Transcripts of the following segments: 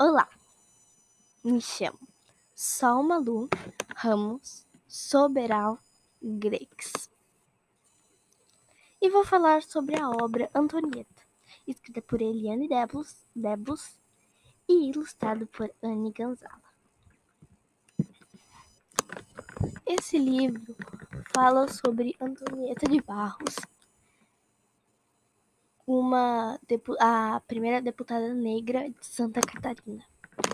Olá, me chamo Salmalu Ramos Sobral Greques e vou falar sobre a obra Antonieta, escrita por Eliane Debus e ilustrado por Anne Gonzala. Esse livro fala sobre Antonieta de Barros, a primeira deputada negra de Santa Catarina.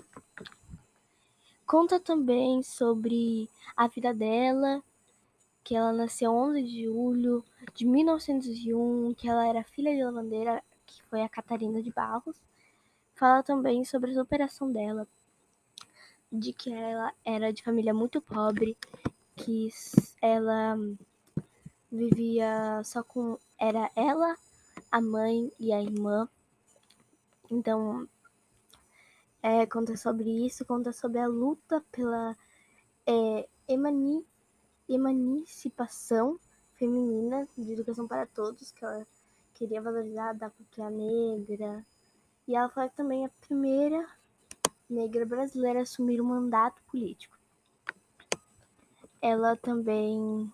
Conta também sobre a vida dela, que ela nasceu 11 de julho de 1901, que ela era filha de lavandeira, que foi a Catarina de Barros. Fala também sobre a superação dela, de que ela era de família muito pobre, que ela vivia só com... Era ela, a mãe e a irmã. Então, conta sobre isso, conta sobre a luta pela emancipação feminina de educação para todos, que ela queria valorizar da cultura negra. E ela foi também a primeira negra brasileira a assumir um mandato político. Ela também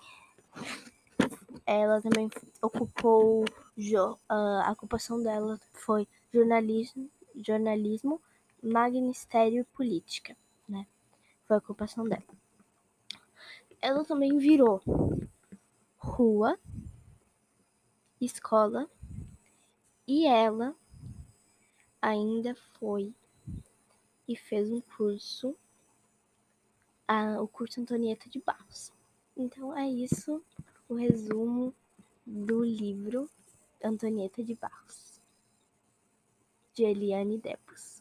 ocupou, a ocupação dela foi jornalismo, magistério e política, né? Foi a ocupação dela. Ela também virou rua, escola, e ela ainda foi e fez um curso, o curso Antonieta de Barros. Então é isso, o resumo do livro Antonieta de Barros, de Eliane Debus.